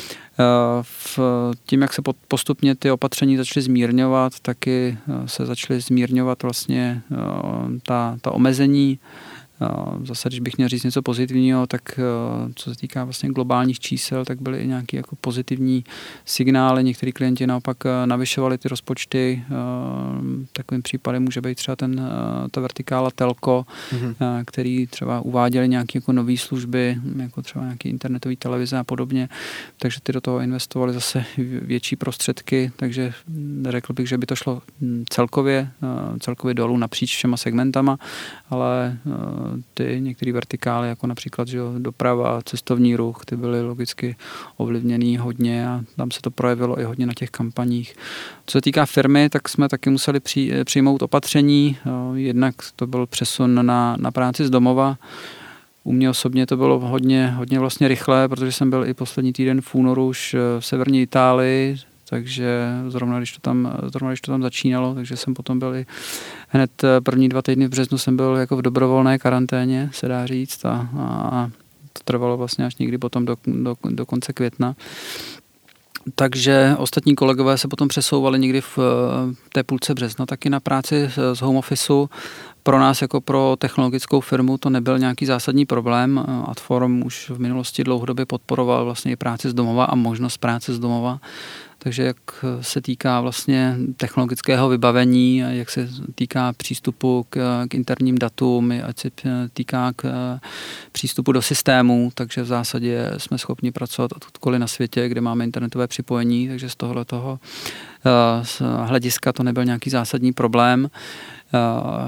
V tím, jak se postupně ty opatření začaly zmírňovat, taky se začaly zmírňovat vlastně ta, ta omezení. Zase, když bych měl říct něco pozitivního, tak co se týká vlastně globálních čísel, tak byly i nějaké jako pozitivní signály. Někteří klienti naopak navyšovali ty rozpočty. Takovým případem může být třeba ten, ta vertikála telco, mm-hmm. který třeba uváděli nějaké jako nové služby, jako třeba nějaké internetové televize a podobně. Takže ty do toho investovali zase větší prostředky, takže řekl bych, že by to šlo celkově, celkově dolů napříč všema segmentama, ale ty některé vertikály, jako například že doprava, cestovní ruch, ty byly logicky ovlivněný hodně a tam se to projevilo i hodně na těch kampaních. Co se týká firmy, tak jsme taky museli při, přijmout opatření. Jednak to byl přesun na, na práci z domova. U mě osobně to bylo hodně, hodně vlastně rychlé, protože jsem byl i poslední týden v únoru už v severní Itálii, takže zrovna když, to tam, zrovna když to tam začínalo, takže jsem potom byl i hned první dva týdny v březnu jsem byl jako v dobrovolné karanténě, se dá říct, a, a to trvalo vlastně až někdy potom do, do, do konce května. Takže ostatní kolegové se potom přesouvali někdy v té půlce března taky na práci z home officeu. Pro nás jako pro technologickou firmu to nebyl nějaký zásadní problém. Adform už v minulosti dlouhodobě podporoval vlastně i práci z domova a možnost práce z domova. Takže jak se týká vlastně technologického vybavení, jak se týká přístupu k, k interním datům, ať se týká k přístupu do systému, takže v zásadě jsme schopni pracovat odkudkoliv na světě, kde máme internetové připojení, takže z tohohle toho z hlediska to nebyl nějaký zásadní problém.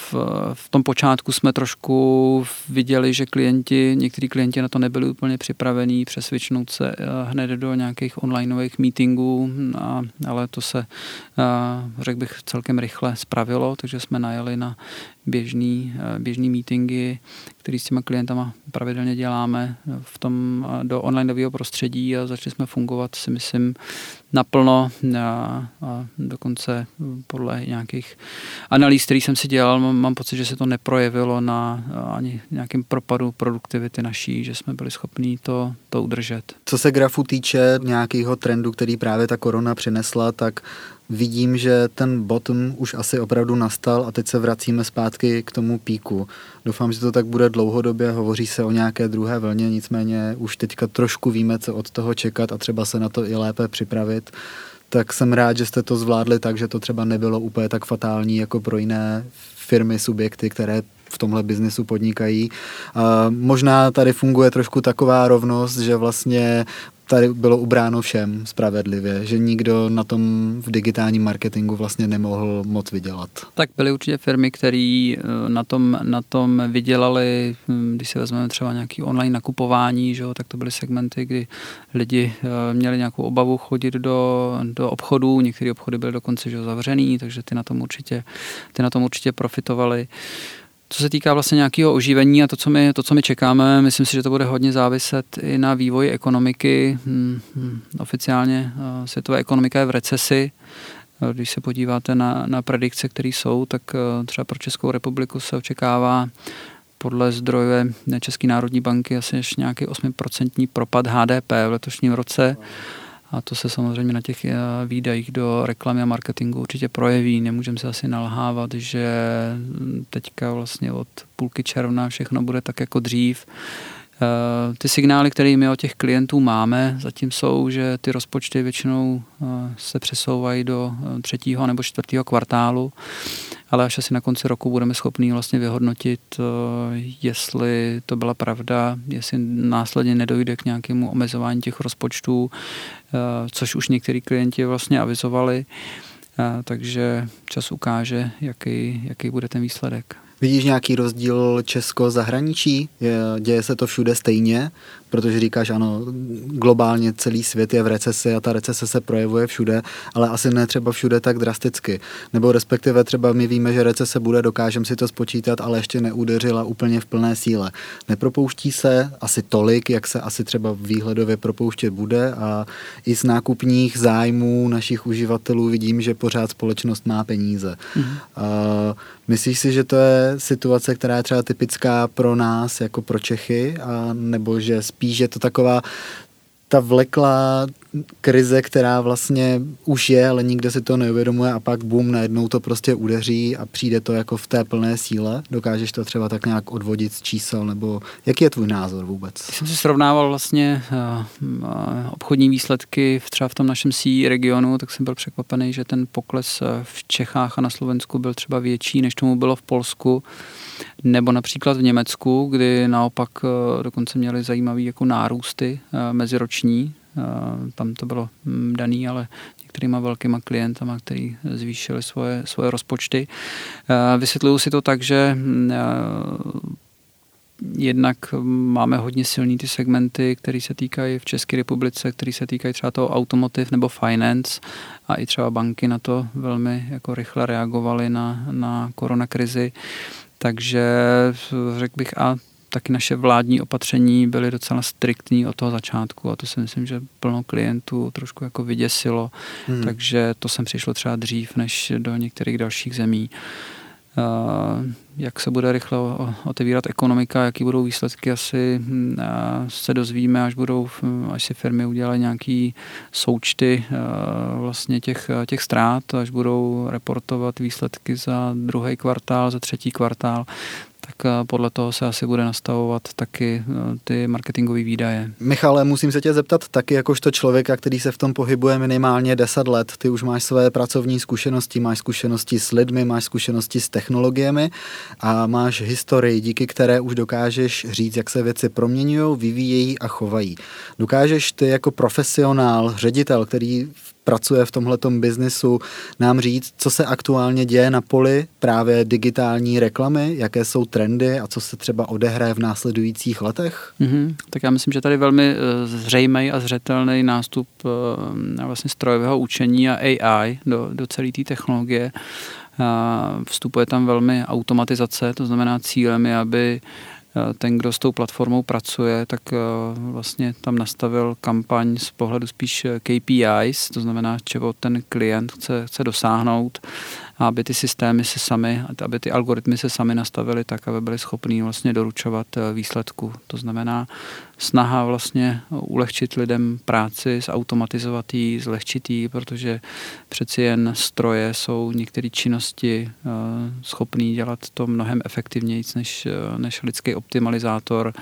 v, v tom počátku jsme trošku viděli, že klienti, někteří klienti na to nebyli úplně připravení přesvědčnout se hned do nějakých onlineových meetingů, a, ale to se, řekl bych, celkem rychle spravilo, takže jsme najeli na běžný, běžný meetingy, který s těma klientama pravidelně děláme v tom do onlineového prostředí a začali jsme fungovat, si myslím, naplno a, a dokonce podle nějakých analýz, který jsem si dělal, mám, mám pocit, že se to neprojevilo na ani nějakým propadu produktivity naší, že jsme byli schopní to, to udržet. Co se grafu týče nějakého trendu, který právě ta korona přinesla, tak vidím, že ten bottom už asi opravdu nastal a teď se vracíme zpátky k tomu píku. Doufám, že to tak bude dlouhodobě, hovoří se o nějaké druhé vlně, nicméně už teďka trošku víme, co od toho čekat a třeba se na to i lépe připravit. Tak jsem rád, že jste to zvládli tak, že to třeba nebylo úplně tak fatální jako pro jiné firmy, subjekty, které v tomhle biznesu podnikají. A možná tady funguje trošku taková rovnost, že vlastně tady bylo ubráno všem spravedlivě, že nikdo na tom v digitálním marketingu vlastně nemohl moc vydělat. Tak byly určitě firmy, které na tom, na tom vydělali, když si vezmeme třeba nějaký online nakupování, že jo, tak to byly segmenty, kdy lidi měli nějakou obavu chodit do, do obchodů, některé obchody byly dokonce že jo, zavřený, takže ty na tom určitě, ty na tom určitě profitovali. Co se týká vlastně nějakého oživení a to co, my, to, co my čekáme, myslím si, že to bude hodně záviset i na vývoji ekonomiky. Hmm, hmm, oficiálně uh, světová ekonomika je v recesi. Uh, když se podíváte na, na predikce, které jsou, tak uh, třeba pro Českou republiku se očekává podle zdroje České národní banky asi ještě nějaký osm procent propad H D P v letošním roce. A to se samozřejmě na těch výdajích do reklamy a marketingu určitě projeví. Nemůžeme se asi nalhávat, že teďka vlastně od půlky června všechno bude tak jako dřív. Ty signály, které my od těch klientů máme, zatím jsou, že ty rozpočty většinou se přesouvají do třetího nebo čtvrtého kvartálu, ale až asi na konci roku budeme schopni vlastně vyhodnotit, jestli to byla pravda, jestli následně nedojde k nějakému omezování těch rozpočtů, což už některý klienti vlastně avizovali, takže čas ukáže, jaký, jaký bude ten výsledek. Vidíš nějaký rozdíl Česko-zahraničí? Je, děje se to všude stejně? Protože říkáš, ano, globálně celý svět je v recesi a ta recese se projevuje všude, ale asi ne třeba všude tak drasticky. Nebo respektive třeba my víme, že recese bude, dokážeme si to spočítat, ale ještě neudeřila úplně v plné síle. Nepropouští se asi tolik, jak se asi třeba výhledově propouštět bude a i z nákupních zájmů našich uživatelů vidím, že pořád společnost má peníze. Mm-hmm. Uh, myslíš si, že to je situace, která je třeba typická pro nás, jako pro Čechy, a nebo že spíš je to taková ta vleklá krize, která vlastně už je, ale nikdo si to neuvědomuje a pak bum, najednou to prostě udeří a přijde to jako v té plné síle? Dokážeš to třeba tak nějak odvodit z čísel, nebo jaký je tvůj názor vůbec? Když jsem si srovnával vlastně uh, obchodní výsledky v, třeba v tom našem C E regionu, tak jsem byl překvapený, že ten pokles v Čechách a na Slovensku byl třeba větší, než tomu bylo v Polsku, nebo například v Německu, kdy naopak uh, dokonce měli zajímavý jako nárůsty uh, meziroční. Uh, tam to bylo mm, daný, ale některýma velkýma klientama, který zvýšili svoje, svoje rozpočty. Uh, vysvětluju si to tak, že uh, jednak máme hodně silný ty segmenty, které se týkají v České republice, které se týkají třeba toho automotive nebo finance a i třeba banky na to velmi jako rychle reagovaly na, na koronakrizi. Takže řekl bych, a taky naše vládní opatření byly docela striktní od toho začátku a to si myslím, že plno klientů trošku jako vyděsilo, hmm. takže to sem přišlo třeba dřív než do některých dalších zemí. Uh, jak se bude rychle otevírat ekonomika, jaký budou výsledky, asi uh, se dozvíme, až budou, až si firmy udělají nějaký součty uh, vlastně těch, těch ztrát, až budou reportovat výsledky za druhý kvartál, za třetí kvartál, tak podle toho se asi bude nastavovat taky ty marketingové výdaje. Michale, musím se tě zeptat taky jakožto člověka, který se v tom pohybuje minimálně deset let. Ty už máš své pracovní zkušenosti, máš zkušenosti s lidmi, máš zkušenosti s technologiemi a máš historii, díky které už dokážeš říct, jak se věci proměňují, vyvíjejí a chovají. Dokážeš ty jako profesionál, ředitel, který pracuje v tomhletom biznesu, nám říct, co se aktuálně děje na poli právě digitální reklamy, jaké jsou trendy a co se třeba odehraje v následujících letech? Mm-hmm. Tak já myslím, že tady velmi zřejmý a zřetelný nástup vlastně strojového učení a A I do, do celé té technologie. Vstupuje tam velmi automatizace, to znamená cílem je, aby ten, kdo s tou platformou pracuje, tak vlastně tam nastavil kampaň z pohledu spíš K P Is, to znamená, čeho ten klient chce, chce dosáhnout, a aby ty systémy se sami, aby ty algoritmy se sami nastavily tak, aby byly schopný vlastně doručovat výsledku. To znamená snaha vlastně ulehčit lidem práci, zautomatizovat ji, zlehčit ji, protože přeci jen stroje jsou některé činnosti schopný dělat to mnohem efektivněji než, než lidský optimalizátor,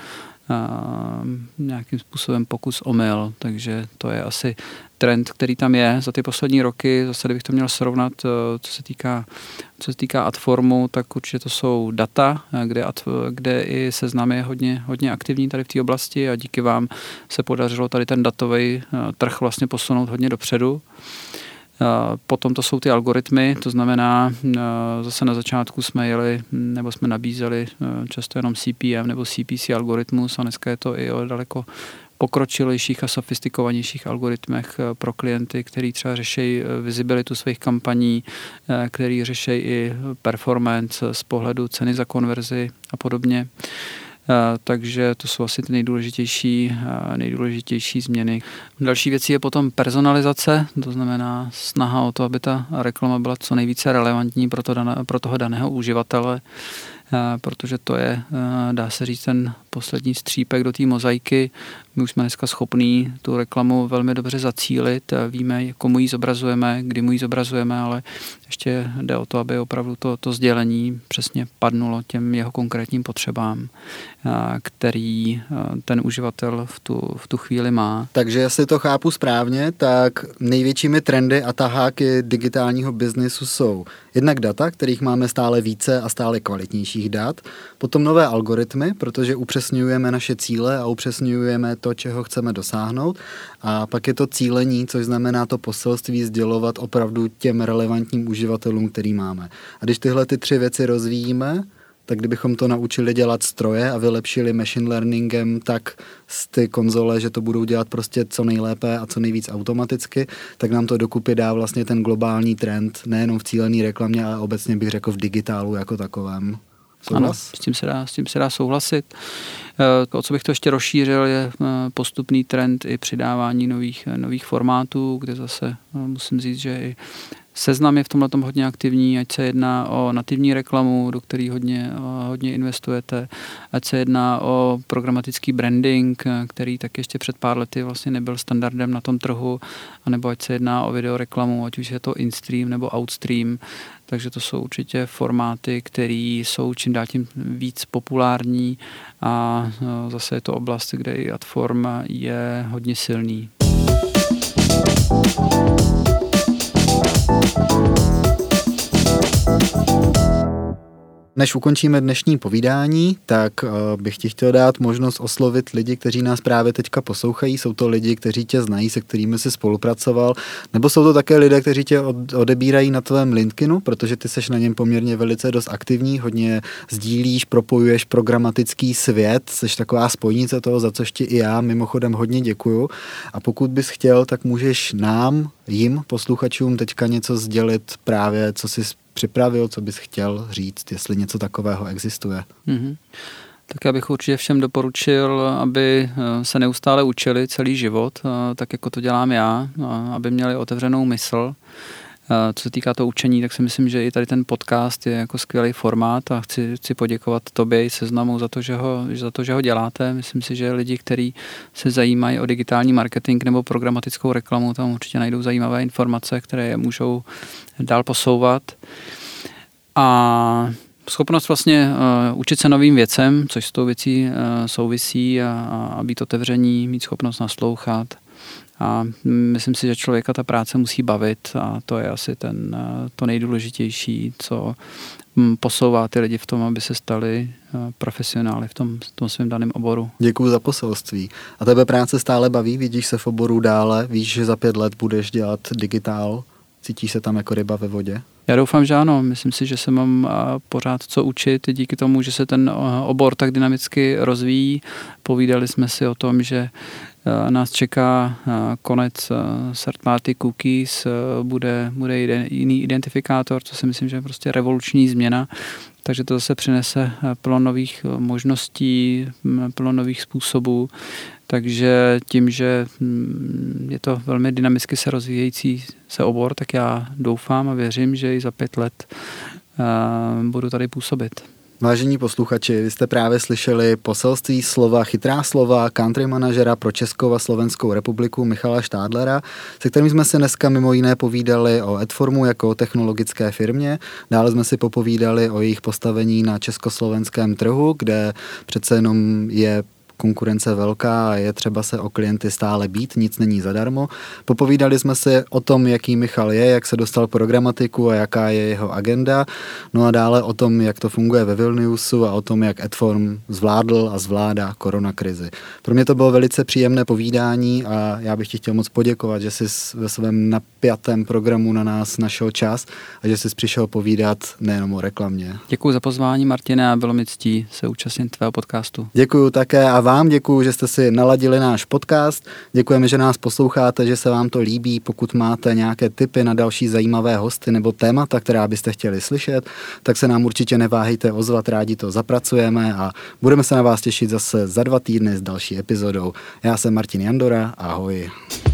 nějakým způsobem pokus omyl, takže to je asi trend, který tam je za ty poslední roky. Zase, kdybych to měl srovnat, co se týká, co se týká Adformu, tak určitě to jsou data, kde, ad, kde i Seznam je hodně, hodně aktivní tady v té oblasti a díky vám se podařilo tady ten datový trh vlastně posunout hodně dopředu. Potom to jsou ty algoritmy, to znamená, zase na začátku jsme jeli, nebo jsme nabízeli často jenom C P M nebo C P C algoritmus a dneska je to i o daleko pokročilejších a sofistikovanějších algoritmech pro klienty, který třeba řeší vizibilitu svých kampaní, který řeší i performance z pohledu ceny za konverzi a podobně. Takže to jsou asi ty nejdůležitější, nejdůležitější změny. Další věcí je potom personalizace, to znamená snaha o to, aby ta reklama byla co nejvíce relevantní pro, to dané, pro toho daného uživatele, protože to je, dá se říct, ten poslední střípek do té mozaiky. My už jsme dneska schopní tu reklamu velmi dobře zacílit, víme, komu ji zobrazujeme, kdy mu ji zobrazujeme, ale ještě jde o to, aby opravdu to, to sdělení přesně padnulo těm jeho konkrétním potřebám, který ten uživatel v tu, v tu chvíli má. Takže jestli to chápu správně, tak největšími trendy a taháky digitálního biznesu jsou jednak data, kterých máme stále více a stále kvalitnějších dat, potom nové algoritmy, protože upřesňujeme naše cíle a upřesňujeme to, čeho chceme dosáhnout, a pak je to cílení, což znamená to poselství sdělovat opravdu těm relevantním uživatelům, který máme. A když tyhle ty tři věci rozvíjíme, tak kdybychom to naučili dělat stroje a vylepšili machine learningem tak z ty konzole, že to budou dělat prostě co nejlépe a co nejvíc automaticky, tak nám to dokupy dá vlastně ten globální trend, nejenom v cílené reklamě, ale obecně bych řekl v digitálu jako takovém. Souhlas? Ano, s tím se dá, s tím se dá souhlasit. O co bych to ještě rozšířil, je postupný trend i přidávání nových, nových formátů, kde zase musím říct, že i Seznam je v tomhle tom hodně aktivní, ať se jedná o nativní reklamu, do který hodně, hodně investujete, ať se jedná o programatický branding, který tak ještě před pár lety vlastně nebyl standardem na tom trhu, anebo ať se jedná o videoreklamu, ať už je to in-stream nebo out-stream. Takže to jsou určitě formáty, které jsou čím dál tím víc populární a zase je to oblast, kde i Adform je hodně silný. Než ukončíme dnešní povídání, tak uh, bych ti chtěl dát možnost oslovit lidi, kteří nás právě teďka poslouchají. Jsou to lidi, kteří tě znají, se kterými jsi spolupracoval, nebo jsou to také lidé, kteří tě od, odebírají na tvém LinkedInu, protože ty seš na něm poměrně velice dost aktivní, hodně sdílíš, propojuješ programatický svět, seš taková spojnice toho, za což ti i já mimochodem hodně děkuju. A pokud bys chtěl, tak můžeš nám, jim, posluchačům teďka něco sdělit právě, co jsi připravil, co bys chtěl říct, jestli něco takového existuje. Mm-hmm. Tak já bych určitě všem doporučil, aby se neustále učili celý život, tak jako to dělám já, aby měli otevřenou mysl. Co se týká toho učení, tak si myslím, že i tady ten podcast je jako skvělý formát a chci, chci poděkovat tobě i Seznamu za to, že ho, za to, že ho děláte. Myslím si, že lidi, kteří se zajímají o digitální marketing nebo programatickou reklamu, tam určitě najdou zajímavé informace, které je můžou dál posouvat. A schopnost vlastně uh, učit se novým věcem, což s tou věcí uh, souvisí a, a být otevření, mít schopnost naslouchat A myslím si, že člověka ta práce musí bavit a to je asi ten, to nejdůležitější, co posouvá ty lidi v tom, aby se stali profesionály v tom, v tom svém daném oboru. Děkuju za poselství. A tebe práce stále baví? Vidíš se v oboru dále? Víš, že za pět let budeš dělat digitál? Cítíš se tam jako ryba ve vodě? Já doufám, že ano. Myslím si, že se mám pořád co učit díky tomu, že se ten obor tak dynamicky rozvíjí. Povídali jsme si o tom, že nás čeká konec third party cookies, bude, bude jiný identifikátor, co si myslím, že je prostě revoluční změna. Takže to zase přinese plno nových možností, plno nových způsobů. Takže tím, že je to velmi dynamicky se rozvíjející se obor, tak já doufám a věřím, že i za pět let budu tady působit. Vážení posluchači, vy jste právě slyšeli poselství slova, chytrá slova country manažera pro Českou a Slovenskou republiku Michala Štádlera, se kterým jsme se dneska mimo jiné povídali o Edformu jako o technologické firmě. Dále jsme si popovídali o jejich postavení na československém trhu, kde přece jenom je konkurence velká a je třeba se o klienty stále být, nic není zadarmo. Popovídali jsme si o tom, jaký Michal je, jak se dostal k programatiku a jaká je jeho agenda. No a dále o tom, jak to funguje ve Vilniusu a o tom, jak Edform zvládl a zvládá koronakrizi. Pro mě to bylo velice příjemné povídání a já bych ti chtěl moc poděkovat, že jsi ve svém napjatém programu na nás našel čas a že jsi přišel povídat nejenom o reklamě. Děkuji za pozvání, Martine, a bylo mi ctí se účastnit tvého podcastu. Děkuji také a vám děkuji, že jste si naladili náš podcast. Děkujeme, že nás posloucháte, že se vám to líbí. Pokud máte nějaké tipy na další zajímavé hosty nebo témata, která byste chtěli slyšet, tak se nám určitě neváhejte ozvat, rádi to zapracujeme a budeme se na vás těšit zase za dva týdny s další epizodou. Já jsem Martin Jandora, ahoj.